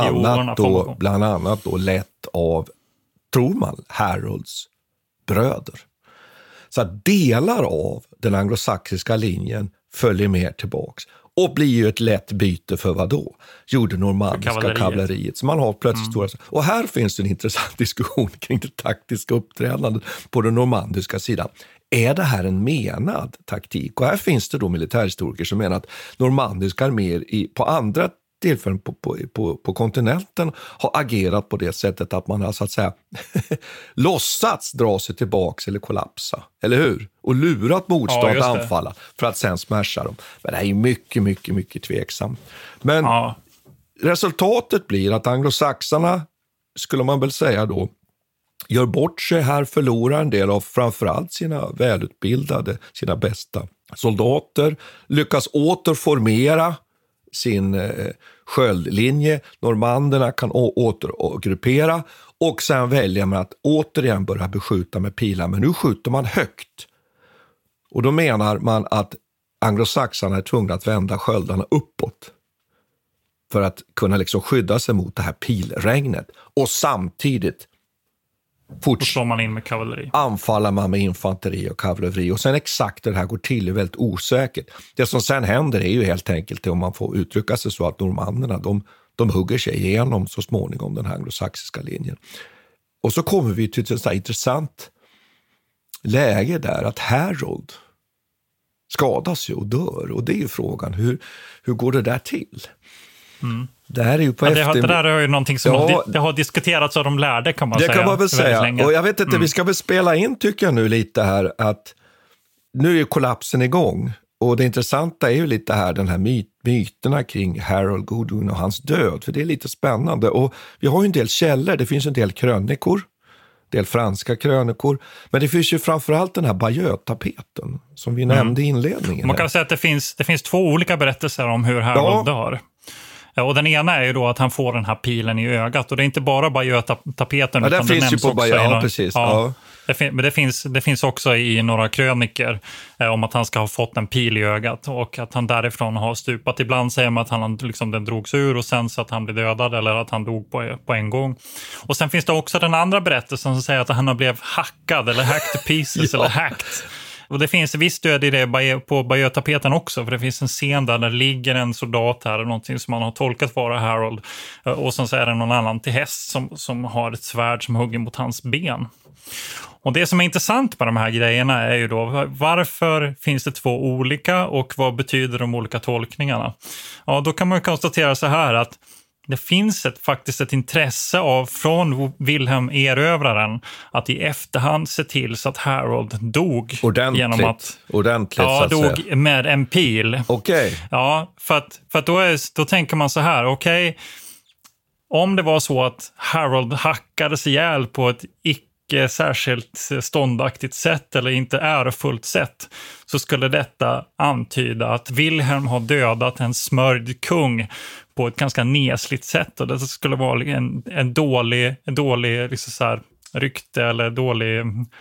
annat då lett av, tror man, Harolds bröder. Så att delar av den anglosaxiska linjen följer med tillbaks. Och blir ju ett lätt byte för vad då? Gjorde normandiska kavalleriet. Så man har plötsligt stora. Och här finns en intressant diskussion kring det taktiska uppträdandet på den normandiska sidan. Är det här en menad taktik? Och här finns det då militärhistoriker som menar att normandiska arméer på andra tillfällen på kontinenten har agerat på det sättet att man har så att säga låtsats dra sig tillbaks eller kollapsa, eller hur? Och lurat motstånd att anfalla för att sen smasha dem. Men det är ju mycket, mycket, mycket tveksamt. Men resultatet blir att anglosaxarna, skulle man väl säga då, gör bort sig här, förlorar en del av framförallt sina välutbildade, sina bästa soldater, lyckas återformera sin sköldlinje, normanderna kan återgruppera och sen väljer man att återigen börja beskjuta med pilar, men nu skjuter man högt. Och då menar man att anglosaxarna är tvungna att vända sköldarna uppåt för att kunna liksom skydda sig mot det här pilregnet, och samtidigt slår man in med kavalleri. Anfaller man med infanteri och kavalleri. Och sen exakt det här går till är väldigt osäkert. Det som sen händer är ju helt enkelt, om man får uttrycka sig så, att normanderna de hugger sig igenom så småningom den här anglosaxiska linjen. Och så kommer vi till ett sådant här intressant läge där att Harold skadas ju och dör. Och det är ju frågan, hur går det där till? Mm. Det här är ju på det där är ju någonting som det har diskuterats av de lärde, kan man säga. Det kan man väl säga. Och jag vet inte, vi ska väl spela in, tycker jag nu lite här, att nu är ju kollapsen igång. Och det intressanta är ju lite här, den här myterna kring Harold Godwin och hans död. För det är lite spännande. Och vi har ju en del källor, det finns en del krönikor. En del franska krönikor. Men det finns ju framförallt den här Bayeux-tapeten som vi nämnde i inledningen. Man kan säga att det finns 2 olika berättelser om hur Harold dör. Och den ena är ju då att han får den här pilen i ögat. Och det är inte bara Bayeux-tapeten. Ja, den finns ju på Bayeux, ja, precis. Ja. Men det finns också i några kröniker om att han ska ha fått en pil i ögat och att han därifrån har stupat. Ibland säger man att han liksom, den drogs ur och sen så att han blev dödad eller att han dog på en gång. Och sen finns det också den andra berättelsen som säger att han har blivit hackad eller hacked to pieces eller hacked. Och det finns visst stöd i det på Bayeux-tapeten också, för det finns en scen där det ligger en soldat här och någonting som man har tolkat vara Harold, och sen så är det någon annan till häst som har ett svärd som hugger mot hans ben. Och det som är intressant med de här grejerna är ju då, varför finns det två olika och vad betyder de olika tolkningarna? Ja, då kan man konstatera så här att det finns faktiskt ett intresse från Wilhelm Erövraren att i efterhand se till så att Harold dog ordentligt, ja, dog med en pil. Okej. Ja, för att då tänker man så här, okej, om det var så att Harold hackades ihjäl på ett icke särskilt ståndaktigt sätt eller inte ärofullt sätt, så skulle detta antyda att Wilhelm har dödat en smörjd kung på ett ganska nesligt sätt, och det skulle vara en dålig liksom så här, rykte eller dålig...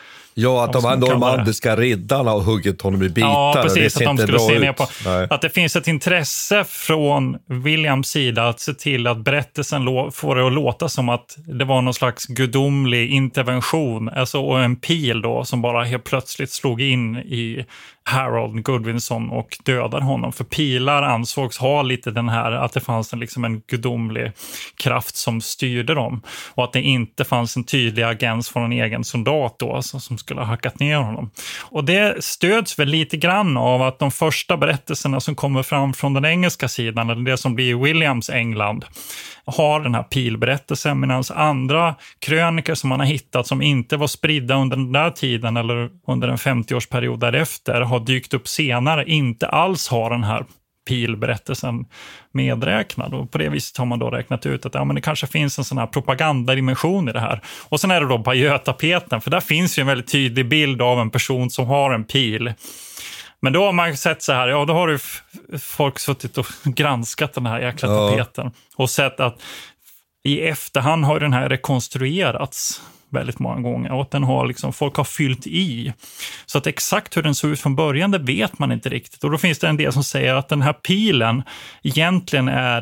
Ja, att de här normandiska riddarna har huggit honom i bitar. Ja, precis, och det att de skulle se ner på. Nej. Att det finns ett intresse från Williams sida att se till att berättelsen får det att låta som att det var någon slags gudomlig intervention. Alltså, och en pil då som bara helt plötsligt slog in i Harold Godwinson och dödade honom. För pilar ansågs ha lite den här, att det fanns en gudomlig kraft som styrde dem. Och att det inte fanns en tydlig agens från en egen soldat då, alltså, som skulle ha hackat ner honom. Och det stöds väl lite grann av att de första berättelserna som kommer fram från den engelska sidan, eller det som blir Williams England, har den här pilberättelsen, medan andra kröniker som man har hittat som inte var spridda under den där tiden eller under en 50-årsperiod därefter har dykt upp senare, inte alls har den här pilberättelsen medräknad. Och på det viset har man då räknat ut att men det kanske finns en sån här propagandadimension i det här. Och sen är det då Bayeux-tapeten, för där finns ju en väldigt tydlig bild av en person som har en pil. Men då har man sett så här, då har ju folk suttit och granskat den här jäkla tapeten och sett att i efterhand har den här rekonstruerats väldigt många gånger och att den har folk har fyllt i. Så att exakt hur den såg ut från början, det vet man inte riktigt. Och då finns det en del som säger att den här pilen egentligen är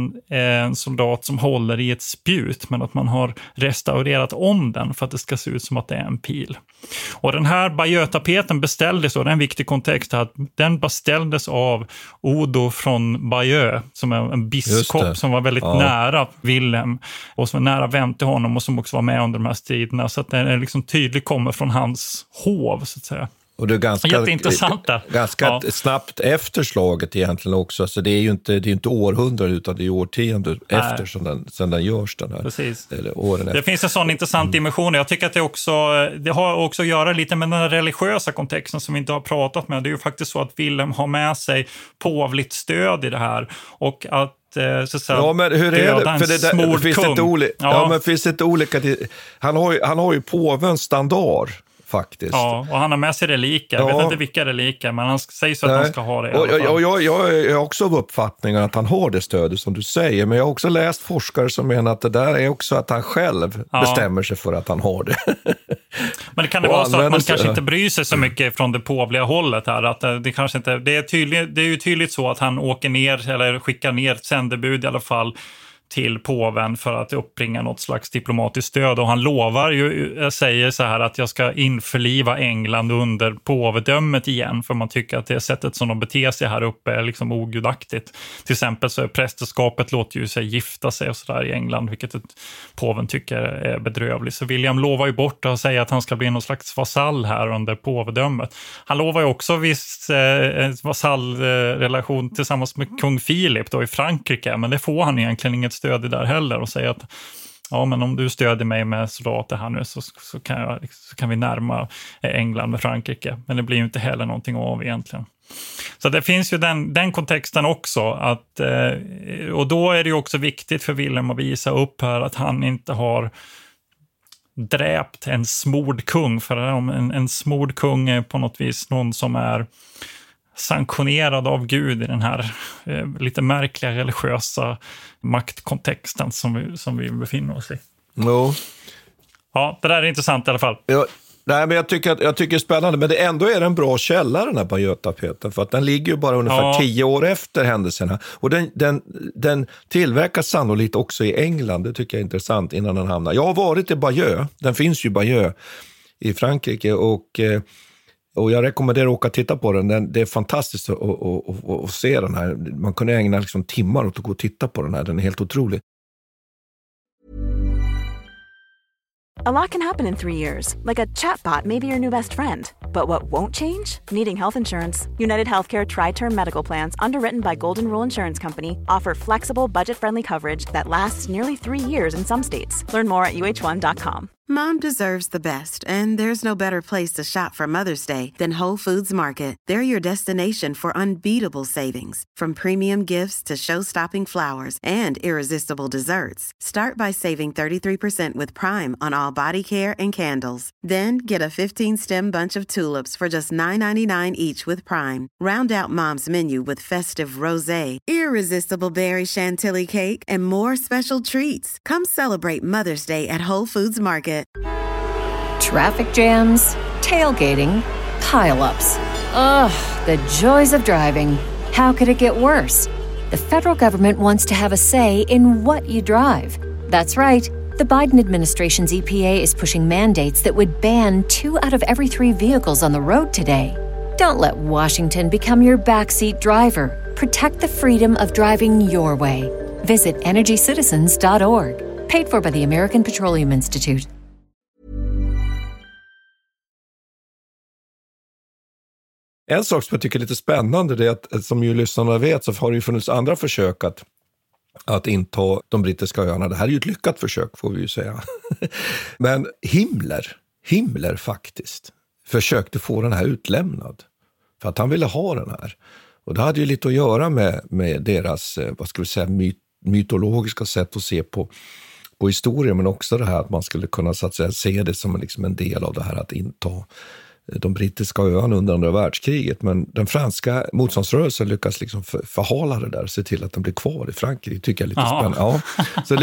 en soldat som håller i ett spjut, men att man har restaurerat om den för att det ska se ut som att det är en pil. Och den här Bayeux-tapeten beställdes, och det är en viktig kontext att den beställdes av Odo från Bayeux, som är en biskop som var väldigt nära Wilhelm och som är nära vän till honom och som också var med under de här striderna, så att den tydligt kommer från hans hov, så att säga. Och det är ganska snabbt efter slaget egentligen också. Så det är ju inte århundraden utan det är årtionden efter sen den görs. Den här, precis. Åren efter. Det finns en sån intressant dimension. Jag tycker att det har också att göra lite med den religiösa kontexten som vi inte har pratat med. Det är ju faktiskt så att Wilhelm har med sig påvligt stöd i det här. Och att men hur är det? För finns det inte olika... Han har ju påvens standard faktiskt. Ja, och han har med sig reliker. Jag vet inte vilka reliker, men han säger så att han ska ha det i alla fall. Jag är också av uppfattningen att han har det stödet som du säger, men jag har också läst forskare som menar att det där är också att han själv bestämmer sig för att han har det. Men det kan det vara så att man kanske inte bryr sig så mycket från det påvliga hållet här, att det kanske inte, det är ju tydligt så att han åker ner eller skickar ner sändebud i alla fall till påven för att uppbringa något slags diplomatiskt stöd, och han lovar ju, säger så här att jag ska införliva England under påvedömet igen, för man tycker att det sättet som de beter sig här uppe är ogudaktigt. Till exempel så är prästerskapet låter ju sig gifta sig och sådär i England, vilket påven tycker är bedrövligt. Så William lovar ju bort och säger att han ska bli någon slags vasall här under påvedömet. Han lovar ju också viss vasallrelation tillsammans med kung Philip då i Frankrike, men det får han egentligen inget stöd där heller, och säga att men om du stöder mig med soldater här nu så kan vi närma England med Frankrike, men det blir ju inte heller någonting av egentligen. Så det finns ju den kontexten också, att, och då är det ju också viktigt för Wilhelm att visa upp här att han inte har dräpt en smord kung, för om en smord kung är på något vis någon som är sanktionerad av Gud i den här lite märkliga religiösa maktkontexten som vi befinner oss i. Jo. Ja, det där är intressant i alla fall. Ja, nej, men jag tycker det är spännande, men det ändå är en bra källa, den här Bayeux-tapeten, för att den ligger ju bara ungefär 10 år efter händelserna. Och den tillverkas sannolikt också i England, det tycker jag är intressant, innan den hamnar. Jag har varit i Bayeux, den finns ju Bayeux i Frankrike, och jag rekommenderar att åka och titta på den. Det är fantastiskt att se den här. Man kunde ägna liksom timmar åt att gå och titta på den här. Den är helt otrolig. A lot can happen in 3 years, like a chatbot may be your new best friend. But what won't change? Needing health insurance. United Healthcare Tri-Term Medical Plans, underwritten by Golden Rule Insurance Company, offer flexible, budget-friendly coverage that lasts nearly 3 years in some states. Learn more at uh1.com. Mom deserves the best, and there's no better place to shop for Mother's Day than Whole Foods Market. They're your destination for unbeatable savings, from premium gifts to show-stopping flowers and irresistible desserts. Start by saving 33% with Prime on all body care and candles. Then get a 15-stem bunch of tulips for just $9.99 each with Prime. Round out Mom's menu with festive rosé, irresistible berry chantilly cake, and more special treats. Come celebrate Mother's Day at Whole Foods Market. Traffic jams, tailgating, pile-ups. Ugh, the joys of driving. How could it get worse? The federal government wants to have a say in what you drive. That's right. The Biden administration's EPA is pushing mandates that would ban 2 out of every 3 vehicles on the road today. Don't let Washington become your backseat driver. Protect the freedom of driving your way. Visit EnergyCitizens.org. Paid for by the American Petroleum Institute. En sak som jag tycker är lite spännande, det är att, som ju lyssnarna vet, så har det ju funnits andra försök att inta de brittiska öarna. Det här är ju ett lyckat försök, får vi ju säga. Men Himmler faktiskt försökte få den här utlämnad. För att han ville ha den här. Och det hade ju lite att göra med deras, vad ska vi säga, mytologiska sätt att se på historien. Men också det här att man skulle kunna, så att säga, se det som liksom en del av det här att inta de brittiska öarna under andra världskriget. Men den franska motståndsrörelsen lyckas liksom förhala det där, se till att den blir kvar i Frankrike. Tycker jag är lite spännande. Ja. Så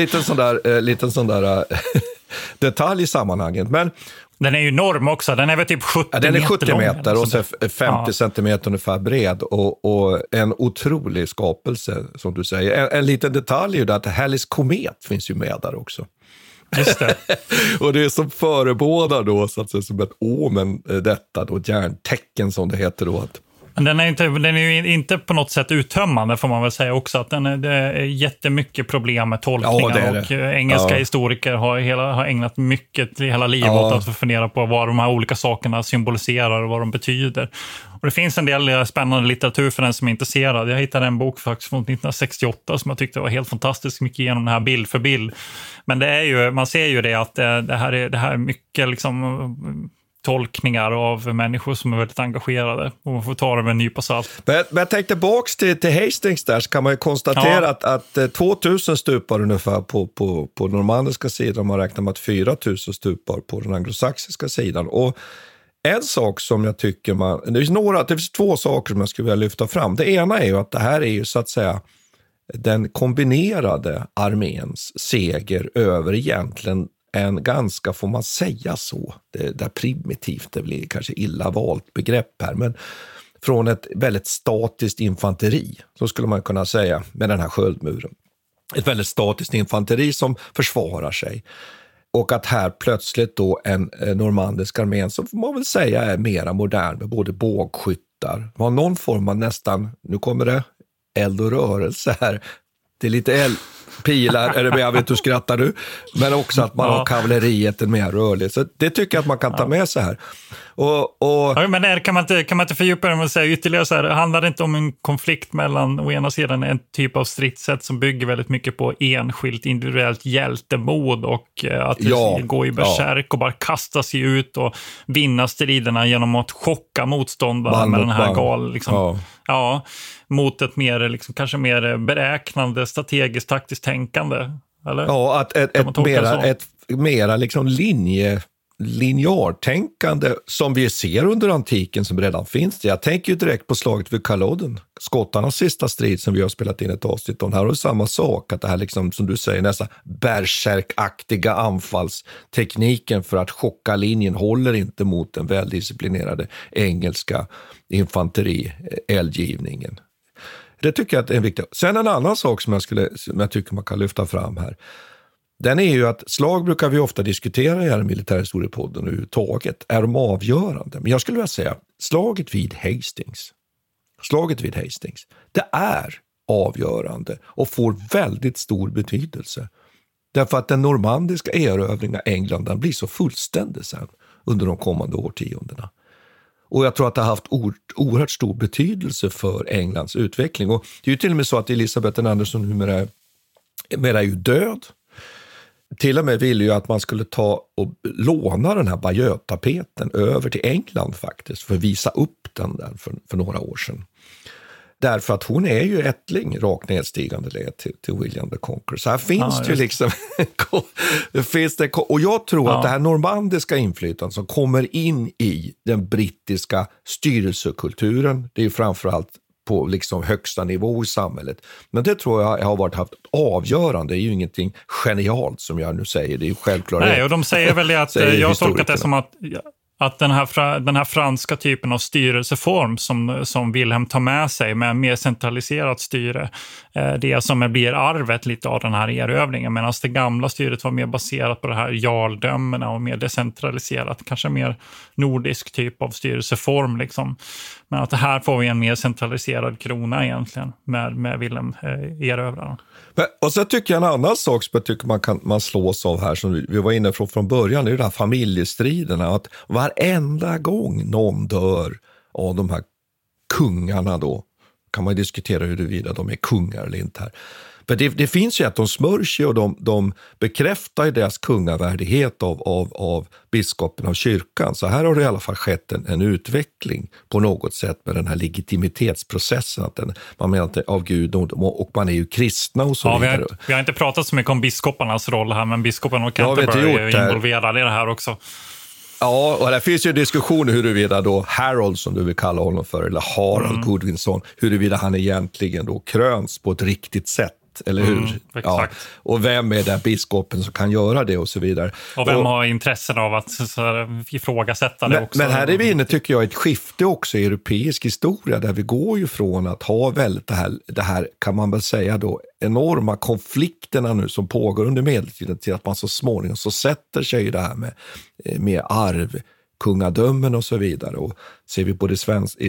liten sån där detalj i sammanhanget. Men den är ju enorm också. Den är väl typ 70 meter lång. Den är 70 meter och så 50 centimeter ungefär bred. Och en otrolig skapelse, som du säger. En liten detalj är ju att Halleys komet finns ju med där också. Just det. Och det är som förebådar då, så att säga, som ett omen, detta då, järntecken som det heter då. Den är ju inte på något sätt uttömmande, får man väl säga också. Att det är jättemycket problem med tolkningar. Ja, och engelska historiker har ägnat mycket hela livet åt att fundera på vad de här olika sakerna symboliserar och vad de betyder. Och det finns en del spännande litteratur för den som är intresserad. Jag hittade en bok faktiskt från 1968 som jag tyckte var helt fantastiskt mycket genom den här bild för bild. Men det är ju, man ser ju det att det här är mycket liksom tolkningar av människor som är väldigt engagerade, och man får ta det med en nypa salt. Men jag tänkte tillbaka till Hastings där, så kan man ju konstatera att 2000 stupar ungefär på normandiska sidan, man räknar med att 4000 stupar på den anglosaxiska sidan. Och en sak som jag tycker det finns 2 saker som jag skulle vilja lyfta fram. Det ena är ju att det här är ju, så att säga, den kombinerade arméns seger över egentligen en ganska, får man säga så, det är primitivt, det blir kanske illa valt begrepp här, men från ett väldigt statiskt infanteri, så skulle man kunna säga, med den här sköldmuren. Ett väldigt statiskt infanteri som försvarar sig. Och att här plötsligt då en normandisk armé, som får man väl säga är mera modern, med både bågskyttar, har någon form av nästan, nu kommer det eld och rörelse här, det är lite pilar, eller jag vet hur skrattar du, men också att man har kavalleriet mer rörligt. Så det tycker jag att man kan ta med sig här. Men kan man inte fördjupa det med att säga ytterligare så här, handlar det inte om en konflikt mellan å ena sidan en typ av stridssätt som bygger väldigt mycket på enskilt individuellt hjältemod och att gå i berserk och bara kasta sig ut och vinna striderna genom att chocka motståndaren med den här liksom, mot ett mer liksom, kanske mer beräknande strategiskt taktiskt tänkande, eller? Ja, ett mera liksom linjärtänkande som vi ser under antiken som redan finns. Jag tänker ju direkt på slaget vid Culloden, skottarnas sista strid som vi har spelat in ett avsnitt om. Här har du samma sak, att det här liksom, som du säger, nästan berserkaktiga anfallstekniken för att chocka linjen håller inte mot den väldisciplinerade engelska infanteri-eldgivningen. Det tycker jag är en viktig. Sen en annan sak som jag tycker man kan lyfta fram här. Den är ju att slag brukar vi ofta diskutera i den militärhistoriepodden överhuvudtaget. Är de avgörande? Men jag skulle vilja säga slaget vid Hastings, det är avgörande och får väldigt stor betydelse. Därför att den normandiska erövringen av England, den blir så fullständig sen under de kommande årtiondena. Och jag tror att det har haft oerhört stor betydelse för Englands utveckling. Och det är ju till och med så att Elisabeth Andersson numera är ju död. Till och med ville ju att man skulle ta och låna den här Bayeux-tapeten över till England faktiskt, för att visa upp den där för några år sedan. Därför att hon är ju ättling rakt nedstigande led till William the Conqueror. Så här finns det ju liksom... och jag tror att det här normandiska inflytandet som kommer in i den brittiska styrelsekulturen, det är ju framförallt på liksom högsta nivå i samhället. Men det tror jag har haft avgörande. Det är ju ingenting genialt som jag nu säger. Det är ju självklart. Nej, och de säger väl att jag har tolkat det som att den här franska typen av styrelseform som Wilhelm tar med sig med mer centraliserat styre, det som blir arvet lite av den här erövringen, medan det gamla styret var mer baserat på det här jarldömena och mer decentraliserat, kanske mer nordisk typ av styrelseform liksom. Men att det här får vi en mer centraliserad krona egentligen med Wilhelm erövraren. Och så tycker jag en annan sak som jag tycker man slås av här, som vi var inne från början, det är ju de här familjestriderna. Att varenda gång någon dör av de här kungarna, då kan man diskutera huruvida de är kungar eller inte här. Men det finns ju att de smörjer och de bekräftar ju deras kungavärdighet av biskopen av kyrkan. Så här har det i alla fall skett en utveckling på något sätt med den här legitimitetsprocessen. Att man menar att det är av Gud och man är ju kristna och så vidare. Vi har inte pratat så mycket om biskoparnas roll här, men biskopen och Canterbury är involverade i det här också. Ja, och det finns ju en diskussion huruvida då Harold, som du vill kalla honom för, eller Harald Godwinson, huruvida han egentligen då kröns på ett riktigt sätt. Eller hur? Ja. Och vem är den biskopen som kan göra det och så vidare. Och vem har intressen av att ifrågasätta det också. Men här är vi inne, tycker jag, ett skifte också i europeisk historia, där vi går ju från att ha väldigt det här kan man väl säga då, enorma konflikterna nu som pågår under medeltiden, till att man så småningom så sätter sig i det här med arv, kungadömen och så vidare. Och ser vi på det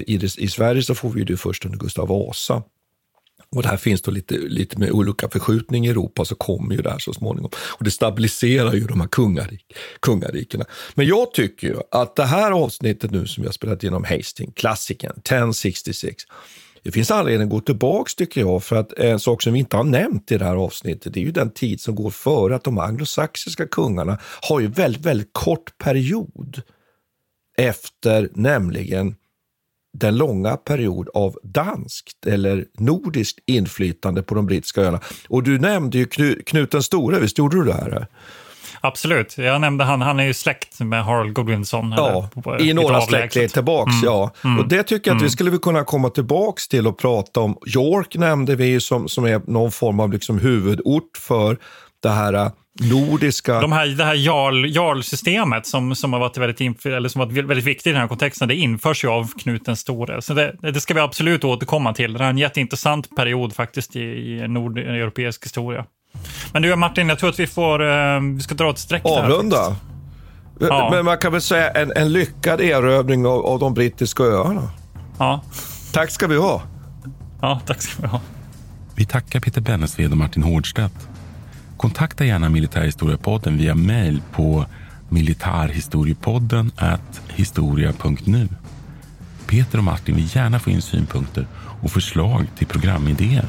i Sverige så får vi det först under Gustav Vasa. Och det här finns då lite med olika förskjutning i Europa, så kommer ju det här så småningom. Och det stabiliserar ju de här kungarikena. Men jag tycker ju att det här avsnittet nu som jag spelat igenom Hastings, klassiken 1066, det finns anledning att gå tillbaka, tycker jag, för att en sak som vi inte har nämnt i det här avsnittet, det är ju den tid som går före, att de anglosaxiska kungarna har ju väldigt, väldigt kort period efter, nämligen den långa period av danskt eller nordiskt inflytande på de brittiska öarna. Och du nämnde ju Knut den store, visst gjorde du det här? Absolut, jag nämnde han är ju släkt med Harold Godwinson. Ja, i några släktled tillbaks, ja. Och det tycker jag att vi skulle kunna komma tillbaks till och prata om. York nämnde vi ju som är någon form av liksom huvudort för det här nordiska... Det här jarlsystemet som har varit väldigt viktigt i den här kontexten, det införs ju av Knut den store. Så det ska vi absolut återkomma till. Det är en jätteintressant period faktiskt i nordeuropeisk historia. Men du Martin, jag tror att vi ska dra ett streck där. Avrunda. Ja. Men man kan väl säga en lyckad erövring av de brittiska öarna. Ja. Tack ska vi ha. Ja, tack ska vi ha. Vi tackar Peter Bennesved och Martin Hårdstedt. Kontakta gärna Militärhistoriepodden via mejl på militarhistoriepodden@historia.nu. Peter och Martin vill gärna få in synpunkter och förslag till programidéer.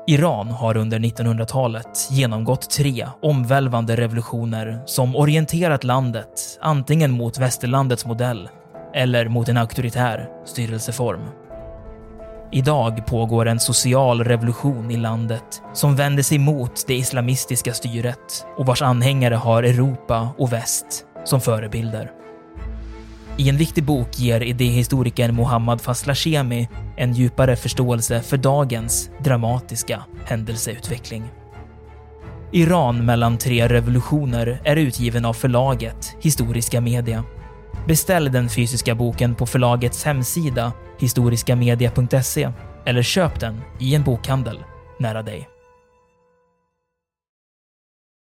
Iran har under 1900-talet genomgått 3 omvälvande revolutioner som orienterat landet antingen mot västerlandets modell eller mot en auktoritär styrelseform. Idag pågår en social revolution i landet som vänder sig mot det islamistiska styret och vars anhängare har Europa och väst som förebilder. I en viktig bok ger idéhistorikern Mohammad Faslashemi en djupare förståelse för dagens dramatiska händelseutveckling. Iran mellan 3 revolutioner är utgiven av förlaget Historiska Media. Beställ den fysiska boken på förlagets hemsida historiskamedia.se eller köp den i en bokhandel nära dig.